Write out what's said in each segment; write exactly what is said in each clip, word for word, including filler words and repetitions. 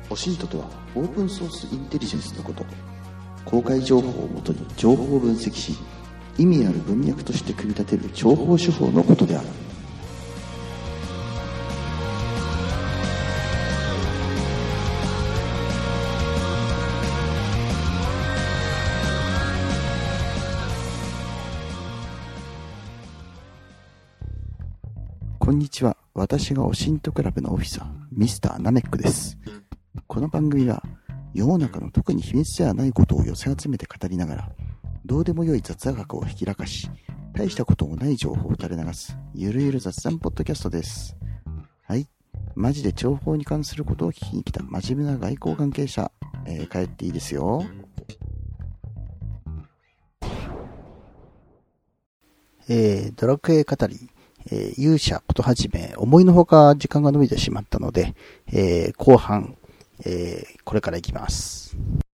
オシントとはオープンソースインテリジェンスのこと。公開情報をもとに情報を分析し、意味ある文脈として組み立てる情報手法のことである。こんにちは。私がオシントクラブのオフィサー、ミスターナメックです。この番組は世の中の特に秘密ではないことを寄せ集めて語りながら、どうでもよい雑学をひきらかし、大したこともない情報を垂れ流すゆるゆる雑談ポッドキャストです。はい、マジで情報に関することを聞きに来た真面目な外交関係者、えー、帰っていいですよ。えー、ドラクエ語り、えー、勇者ことはじめ思いのほか時間が伸びてしまったので、えー、後半、えー、これからいきます。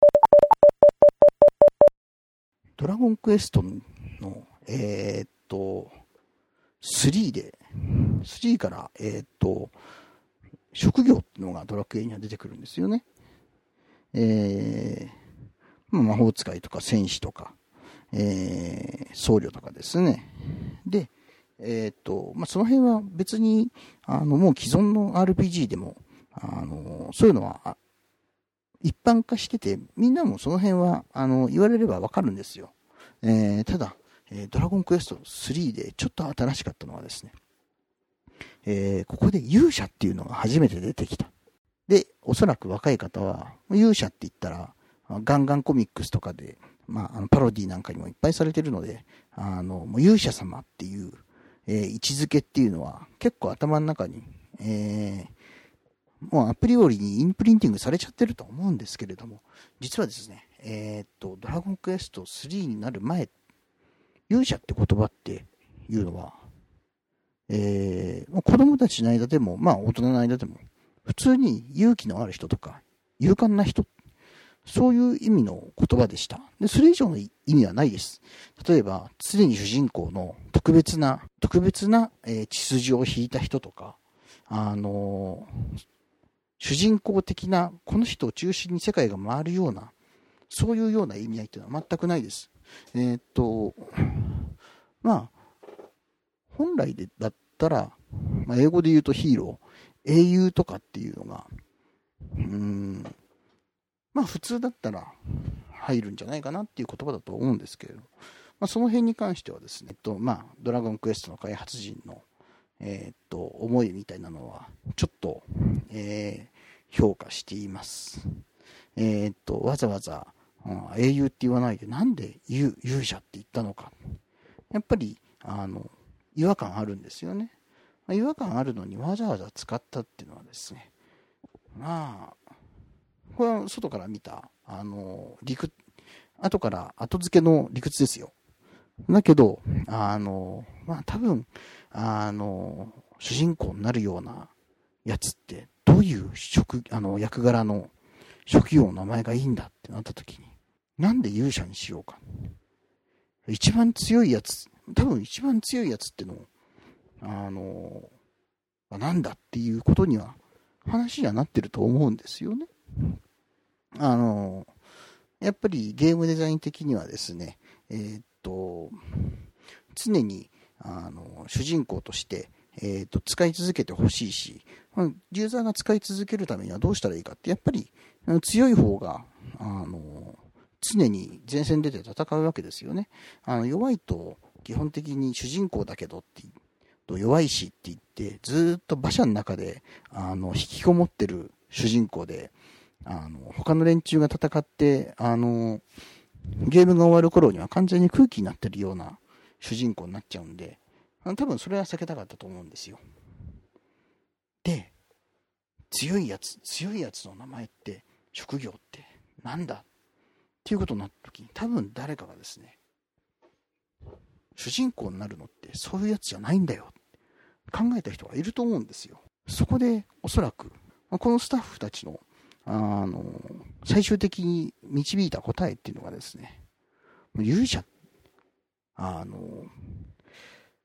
ドラゴンクエストのえー、っとスリーでスリーからえー、っと職業っていうのがドラクエには出てくるんですよね。えー、魔法使いとか戦士とか、えー、僧侶とかですね。でえーとまあ、その辺は別にあのもう既存の アールピージー でもあのそういうのは一般化してて、みんなもその辺はあの言われればわかるんですよ。えー、ただ、えー、ドラゴンクエストスリーでちょっと新しかったのはですね、えー、ここで勇者っていうのが初めて出てきた。で、おそらく若い方は勇者って言ったらガンガンコミックスとかで、まあ、あのパロディなんかにもいっぱいされてるので、あのもう勇者様っていうえー、位置づけっていうのは結構頭の中に、えー、もうアプリよりにインプリンティングされちゃってると思うんですけれども、実はですね、えー、っとドラゴンクエストスリーになる前、勇者って言葉っていうのは、えー、子供たちの間でも、まあ大人の間でも普通に勇気のある人とか勇敢な人、そういう意味の言葉でした。で、それ以上の意味はないです。例えば、常に主人公の特別な、特別な、えー、血筋を引いた人とか、あのー、主人公的な、この人を中心に世界が回るような、そういうような意味合いっていうのは全くないです。えー、っと、まあ、本来でだったら、まあ、英語で言うとヒーロー、英雄とかっていうのが、うーん、まあ普通だったら入るんじゃないかなっていう言葉だと思うんですけれど、まあ、その辺に関してはですね、えっとまあ、ドラゴンクエストの開発陣の、えー、っと思いみたいなのはちょっと、えー、評価しています。えー、っとわざわざ、うん、英雄って言わないでなんで 勇, 勇者って言ったのか、やっぱりあの違和感あるんですよね。まあ、違和感あるのにわざわざ使ったっていうのはですね、まあこれは外から見た、あの、理屈、後から後付けの理屈ですよ。だけど、あの、まあ多分、あの、主人公になるようなやつって、どういう職、あの、役柄の職業の名前がいいんだってなった時に、なんで勇者にしようか。一番強いやつ、多分一番強いやつってのを、あの、なんだっていうことには、話にはなってると思うんですよね。あの、やっぱりゲームデザイン的にはですね、えー、っと、常に、あの、主人公として、えー、っと、使い続けてほしいし、ユーザーが使い続けるためにはどうしたらいいかって、やっぱり強い方が、あの、常に前線出て戦うわけですよね。あの弱いと基本的に主人公だけどって弱いしって言ってずっと馬車の中であの引きこもってる主人公で、あの他の連中が戦ってあのゲームが終わる頃には完全に空気になってるような主人公になっちゃうんで、多分それは避けたかったと思うんですよ。で、強いやつ強いやつの名前って職業ってなんだっていうことになった時に、多分誰かがですね、主人公になるのってそういうやつじゃないんだよ考えた人がいると思うんですよ。そこでおそらくこのスタッフたちのあの最終的に導いた答えっていうのがですね、勇者、あの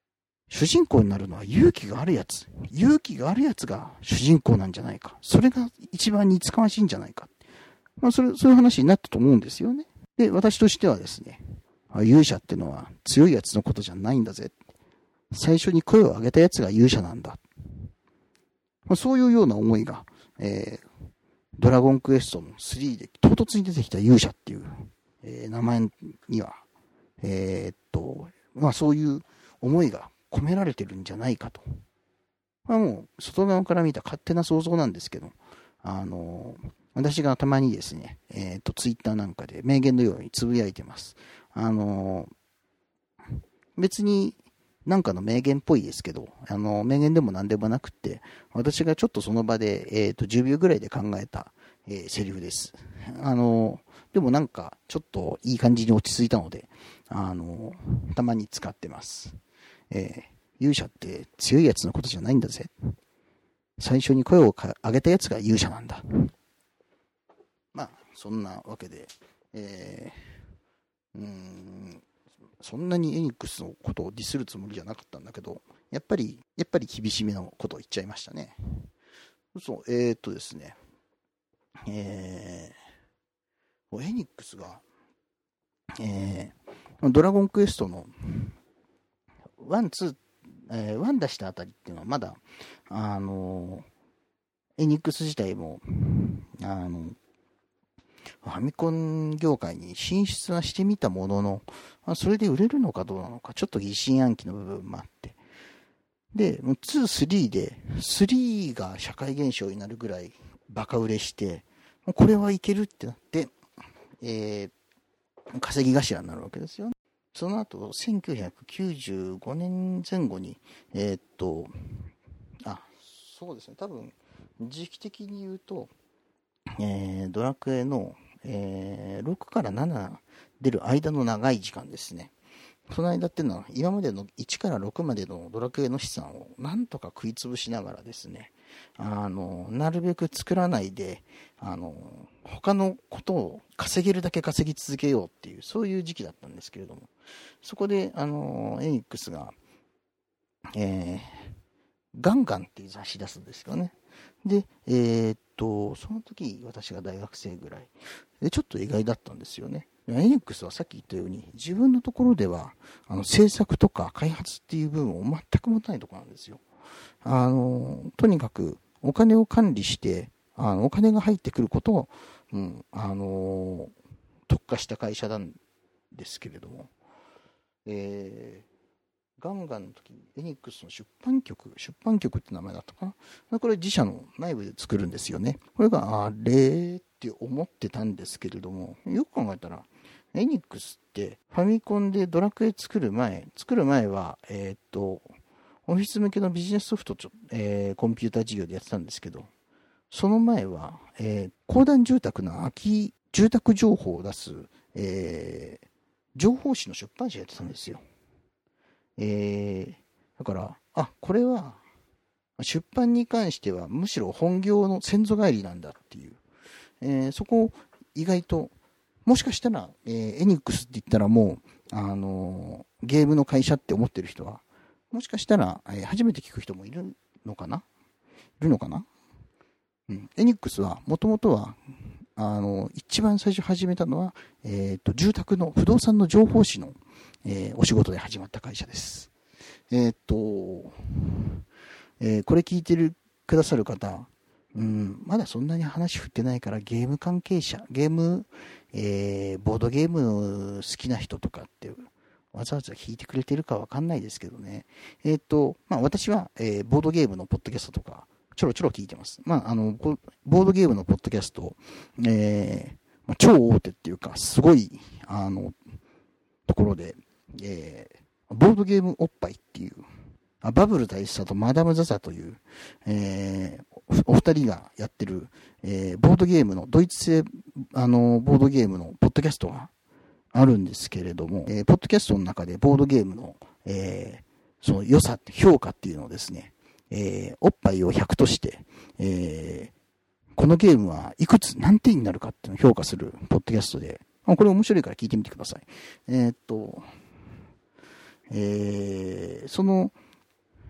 主人公になるのは勇気があるやつ。勇気があるやつが主人公なんじゃないか。それが一番似つかわしいんじゃないか。まあ、それ、そういう話になったと思うんですよね。で、私としてはですね、勇者ってのは強いやつのことじゃないんだぜ。最初に声を上げたやつが勇者なんだ。まあ、そういうような思いが、えー、ドラゴンクエストのスリーで唐突に出てきた勇者っていう、えー、名前には、えー、っと、まあそういう思いが込められてるんじゃないかと。まあもう外側から見た勝手な想像なんですけど、あのー、私がたまにですね、えー、っとツイッターなんかで名言のようにつぶやいてます。あのー、別になんかの名言っぽいですけど、あの、名言でも何でもなくって、私がちょっとその場で、えっと、じゅうびょうぐらいで考えた、えー、セリフです。あの、でもなんか、ちょっといい感じに落ち着いたので、あの、たまに使ってます。えー、勇者って強いやつのことじゃないんだぜ。最初に声を上げたやつが勇者なんだ。まあ、そんなわけで、えー、うーん、そんなにエニックスのことをディスるつもりじゃなかったんだけど、やっぱり、やっぱり厳しめのことを言っちゃいましたね。そう、えー、っとですね、えー、エニックスが、えー、ドラゴンクエストのワン、ツー、えー、ワン出したあたりっていうのはまだ、あのー、エニックス自体も、あの、ファミコン業界に進出はしてみたものの、それで売れるのかどうなのか、ちょっと疑心暗鬼の部分もあって。で、ツー、スリーで、スリーが社会現象になるぐらいバカ売れして、これはいけるってなって、えー、稼ぎ頭になるわけですよね。その後、せんきゅうひゃくきゅうじゅうごねんぜん後に、えー、っと、あ、そうですね、多分、時期的に言うと、えー、ドラクエの、えー、ろくからなな出る間の長い時間ですね。その間っていうのは、今までのいちからろくまでのドラクエの資産をなんとか食いつぶしながらですね、あの、なるべく作らないで、あの、他のことを稼げるだけ稼ぎ続けようっていう、そういう時期だったんですけれども、そこで、あの、エニックスが、えー、ガンガンっていう雑誌出すんですよね。で、えー、っと、その時、私が大学生ぐらい。で、ちょっと意外だったんですよね。エニックスはさっき言ったように、自分のところでは、あの、制作とか開発っていう部分を全く持たないところなんですよ。あの、とにかく、お金を管理して、あの、お金が入ってくることを、うん、あの、特化した会社なんですけれども、えー、ガンガンの時にエニックスの出版局、出版局って名前だったかな。これ自社の内部で作るんですよね。これがあれって思ってたんですけれども、よく考えたら、エニックスってファミコンでドラクエ作る前、作る前は、えー、っと、オフィス向けのビジネスソフトちょ、えー、コンピューター事業でやってたんですけど、その前は、えー、公団住宅の空き住宅情報を出す、えー、情報誌の出版社やってたんですよ。えー、だから、あ、これは、出版に関してはむしろ本業の先祖返りなんだっていう、えー、そこを意外と、もしかしたら、えー、エニックスって言ったらもう、あのー、ゲームの会社って思ってる人は、もしかしたら、えー、初めて聞く人もいるのかないるのかなうん。エニックスは、もともとは、あの、一番最初始めたのは、えっと、住宅の不動産の情報誌の、えー、お仕事で始まった会社です。えっと、えー、これ聞いてるくださる方、うん、まだそんなに話振ってないからゲーム関係者、ゲーム、えー、ボードゲーム好きな人とかってわざわざ聞いてくれてるかわかんないですけどね。えっと、まあ私は、えー、ボードゲームのポッドキャストとかちょろちょろ聞いてます。まああの、ボードゲームのポッドキャスト、えーまあ、超大手っていうかすごい、あの、ところで、えー、ボードゲームおっぱいっていう、バブル大佐とマダムザザという、えー、お二人がやってる、えー、ボードゲームの、ドイツ製、あの、ボードゲームのポッドキャストがあるんですけれども、えー、ポッドキャストの中でボードゲームの、えー、その良さ、評価っていうのをですね、えー、おっぱいをひゃくとして、えー、このゲームはいくつ何点になるかっていうのを評価するポッドキャストで、これ面白いから聞いてみてください。えー、っと、えー、その、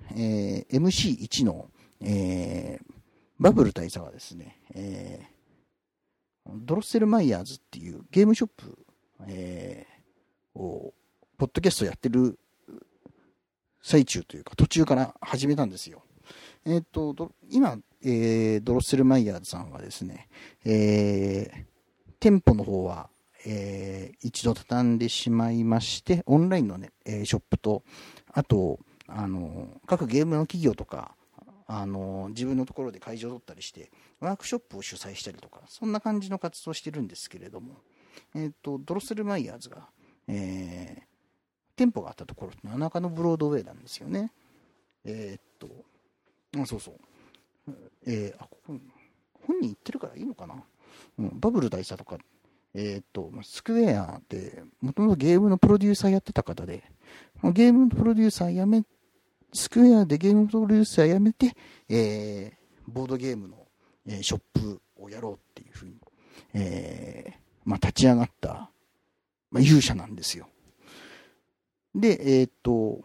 えー、エムシーワン の、えー、バブル大佐がですね、えー、ドロッセルマイヤーズっていうゲームショップ、えー、を、ポッドキャストやってる最中というか途中から始めたんですよ。えっと、今、えー、ドロッセルマイヤーズさんはですね、えー、店舗の方は、えー、一度畳んでしまいまして、オンラインのね、えー、ショップと、あと、あの、各ゲームの企業とか、あの、自分のところで会場を取ったりして、ワークショップを主催したりとか、そんな感じの活動をしてるんですけれども、えっと、ドロッセルマイヤーズが、えー、店舗があったところってのは中野ブロードウェイなんですよね。えー、っと、あ、そうそう。えー、あ、ここ、本人言ってるからいいのかな。うん、バブル大佐とか、えー、っと、スクエアで、もともとゲームのプロデューサーやってた方で、ゲームのプロデューサー辞め、スクエアでゲームプロデューサー辞めて、えー、ボードゲームの、えー、ショップをやろうっていうふうに、えー、まあ、立ち上がった、まあ、勇者なんですよ。で、えー、っと、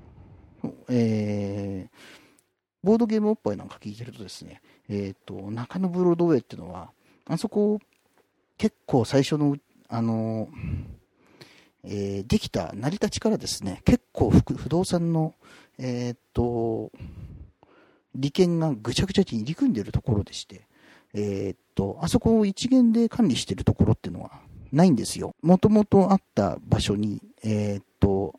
えー、ボードゲームおっぱいなんか聞いてるとですね、えー、っと、中野ブロードウェイっていうのは、あそこ、結構最初の、あの、えー、できた成り立ちからですね、結構不動産の、えー、っと、利権がぐちゃぐちゃに入り組んでいるところでして、えー、っと、あそこを一元で管理しているところっていうのはないんですよ。もともとあった場所に、えー、っと、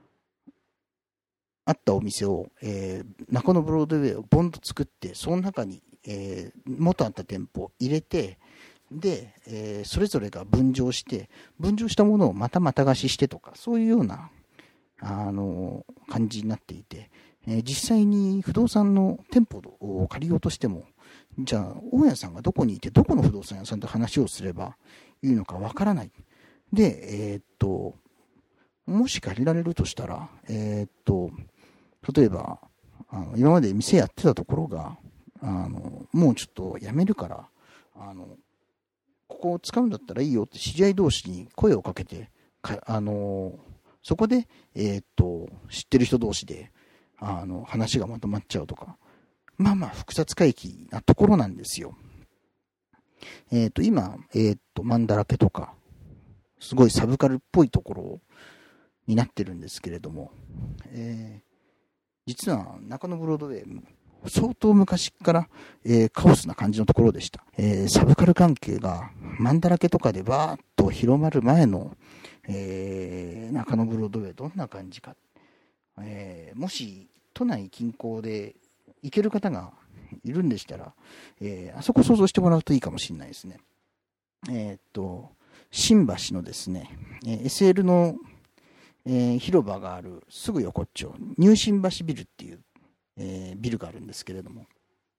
あったお店を、えー、中野ブロードウェイをボンと作って、その中に、えー、元あった店舗を入れて、で、えー、それぞれが分譲して、分譲したものをまたまた貸ししてとか、そういうような、あのー、感じになっていて、えー、実際に不動産の店舗を借りようとしても、じゃあ、大家さんがどこにいて、どこの不動産屋さんと話をすればいいのかわからない。で、えー、っと、もし借りられるとしたら、えー、っと、例えば、あの、今まで店やってたところが、あの、もうちょっとやめるから、あの、ここを使うんだったらいいよって知り合い同士に声をかけて、かあの、そこで、えー、っと、知ってる人同士で、あの、話がまとまっちゃうとか、まあまあ複雑回帰なところなんですよ。えー、っと、今、えー、っと、マンだらけとか、すごいサブカルっぽいところになってるんですけれども、えー、実は中野ブロードウェイ、相当昔から、えー、カオスな感じのところでした。えー、サブカル関係がマンだらけとかでバーッと広まる前の、えー、中野ブロードウェイどんな感じか。えー、もし都内近郊で行ける方がいるんでしたら、えー、あそこ想像してもらうといいかもしれないですね。えー、っと、新橋のですね、えー、エスエル の、えー、広場があるすぐ横っちょ、ニュー新橋ビルっていう、えー、ビルがあるんですけれども、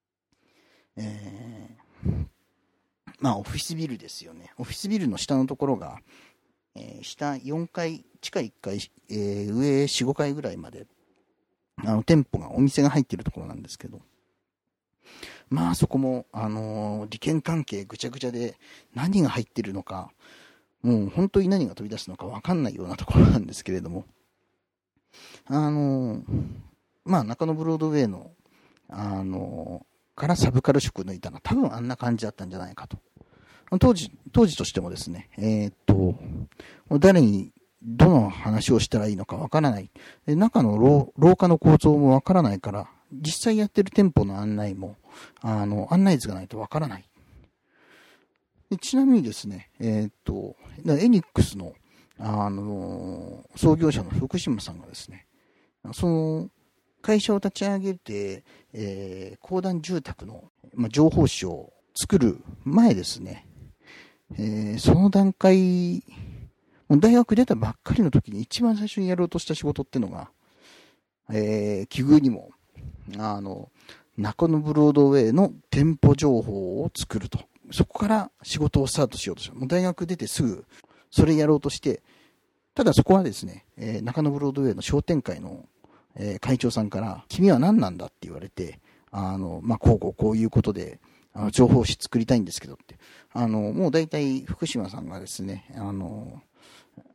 えー、まあオフィスビルですよね。オフィスビルの下のところが、えー、下よんかい、地下いっかい、えー、上よん、ごかいぐらいまで、あの、店舗が、お店が入っているところなんですけど、まあそこも、あのー、利権関係ぐちゃぐちゃで何が入ってるのか、もう本当に何が飛び出すのかわかんないようなところなんですけれども、あのー、まあ中野ブロードウェイの、あのー、からサブカル色抜いたのは多分あんな感じだったんじゃないかと。当時、当時としてもですね、えー、っと、誰にどの話をしたらいいのかわからない。で、中の廊、廊下の構造もわからないから、実際やってる店舗の案内も、あの、案内図がないとわからない。でちなみにですね、えー、っと、エニックスの、あの、創業者の福島さんがですね、その、会社を立ち上げて、えー、公団住宅の、まあ、情報誌を作る前ですね、えー、その段階、大学出たばっかりの時に一番最初にやろうとした仕事っていうのが、えー、奇遇にも、あの、中野ブロードウェイの店舗情報を作ると。そこから仕事をスタートしようとした。もう大学出てすぐそれやろうとして、ただそこはですね、えー、中野ブロードウェイの商店会の、えー、会長さんから、君は何なんだって言われて、あの、まあ、こうこうこういうことで、あの情報誌作りたいんですけどって。あの、もう大体福島さんがですね、あの、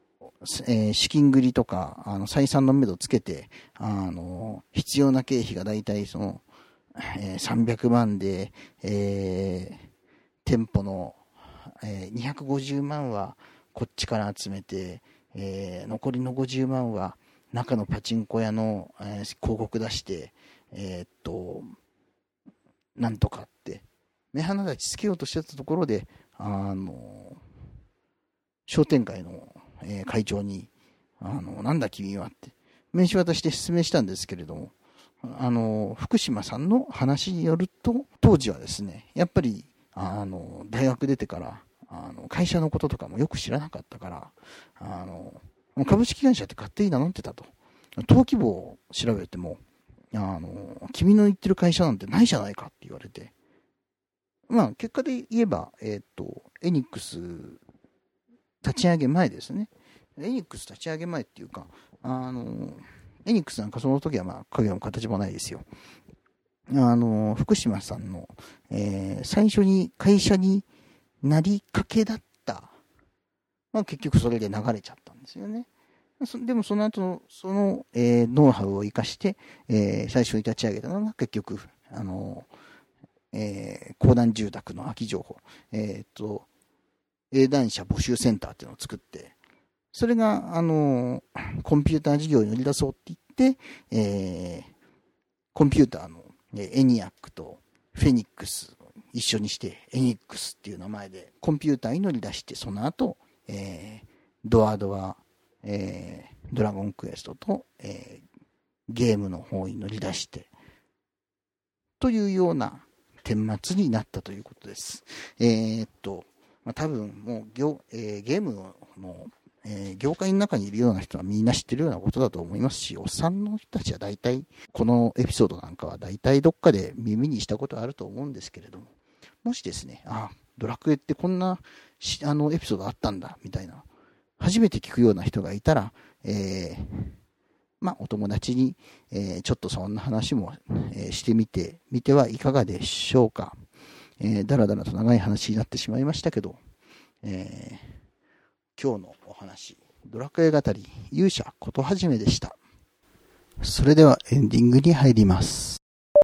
えー、資金繰りとか、あの、採算の目処つけて、あの、必要な経費がだいたいその、えー、さんびゃくまんで、えー、店舗の、えー、にひゃくごじゅうまんはこっちから集めて、えー、残りのごじゅうまんは中のパチンコ屋の、えー、広告出して、えー、っと、なんとかって、目鼻立ちつけようとしてたところで、あの、商店会の、えー、会長に、あの、なんだ君はって、名刺渡して説明したんですけれども、あの、福島さんの話によると、当時はですね、やっぱり、あの、大学出てから、あの、会社のこととかもよく知らなかったから、あの、株式会社って勝手に名乗ってたと。登記簿を調べても、あの、君の言ってる会社なんてないじゃないかって言われて、まあ、結果で言えば、えっと、エニックス立ち上げ前ですね。エニックス立ち上げ前っていうか、あの、エニックスなんかその時はまあ、影も形もないですよ。あの、福島さんの、えー、最初に会社になりかけだった。まあ結局それで流れちゃったんですよね。でもその後、その、えー、ノウハウを生かして、えー、最初に立ち上げたのが結局、あの、えー、公団住宅の空き情報、えっと、営団者募集センターっていうのを作って、それが、あの、コンピューター事業に乗り出そうって言って、えー、コンピューターのエニアックとフェニックスを一緒にして、エニックスっていう名前でコンピューターに乗り出して、その後、えー、ドアドア、えー、ドラゴンクエストと、えー、ゲームの方に乗り出して、というような顛末になったということです。えー、っと、まあ、多分もう業、えー、ゲームの、えー、業界の中にいるような人はみんな知ってるようなことだと思いますし、おっさんの人たちは大体、このエピソードなんかは大体どっかで耳にしたことあると思うんですけれども、もしですね、あ、ドラクエってこんなあのエピソードあったんだ、みたいな、初めて聞くような人がいたら、えー、まあ、お友達に、えー、ちょっとそんな話も、えー、してみてみてはいかがでしょうか。えー、だらだらと長い話になってしまいましたけど、えー、今日のお話、ドラクエ語り勇者ことはじめでした。それではエンディングに入ります。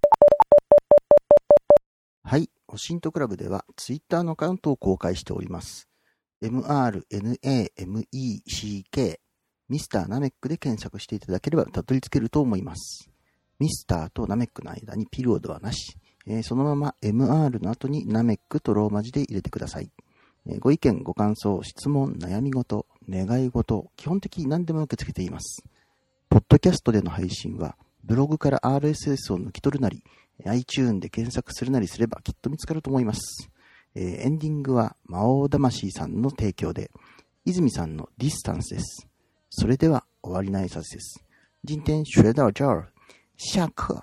はい、オシントクラブではツイッターのアカウントを公開しております。エムアールエヌエーエムイーシーケー ミスターナメックで検索していただければたどり着けると思います。ミスターとナメックの間にピリオドはなし、えー、そのまま エムアール の後にナメックとローマ字で入れてください。えー、ご意見、ご感想、質問、悩み事、願い事、基本的に何でも受け付けています。ポッドキャストでの配信はブログから アールエスエス を抜き取るなり、iTunes で検索するなりすればきっと見つかると思います。えー、エンディングは魔王魂さんの提供で、泉さんのディスタンスです。それでは終わりの挨拶です。今天学到这儿、下課。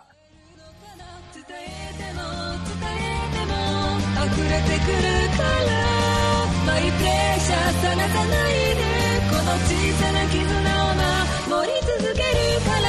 溢れてくるからマイプレッシャーさらさないでこの小さな絆を守り続けるから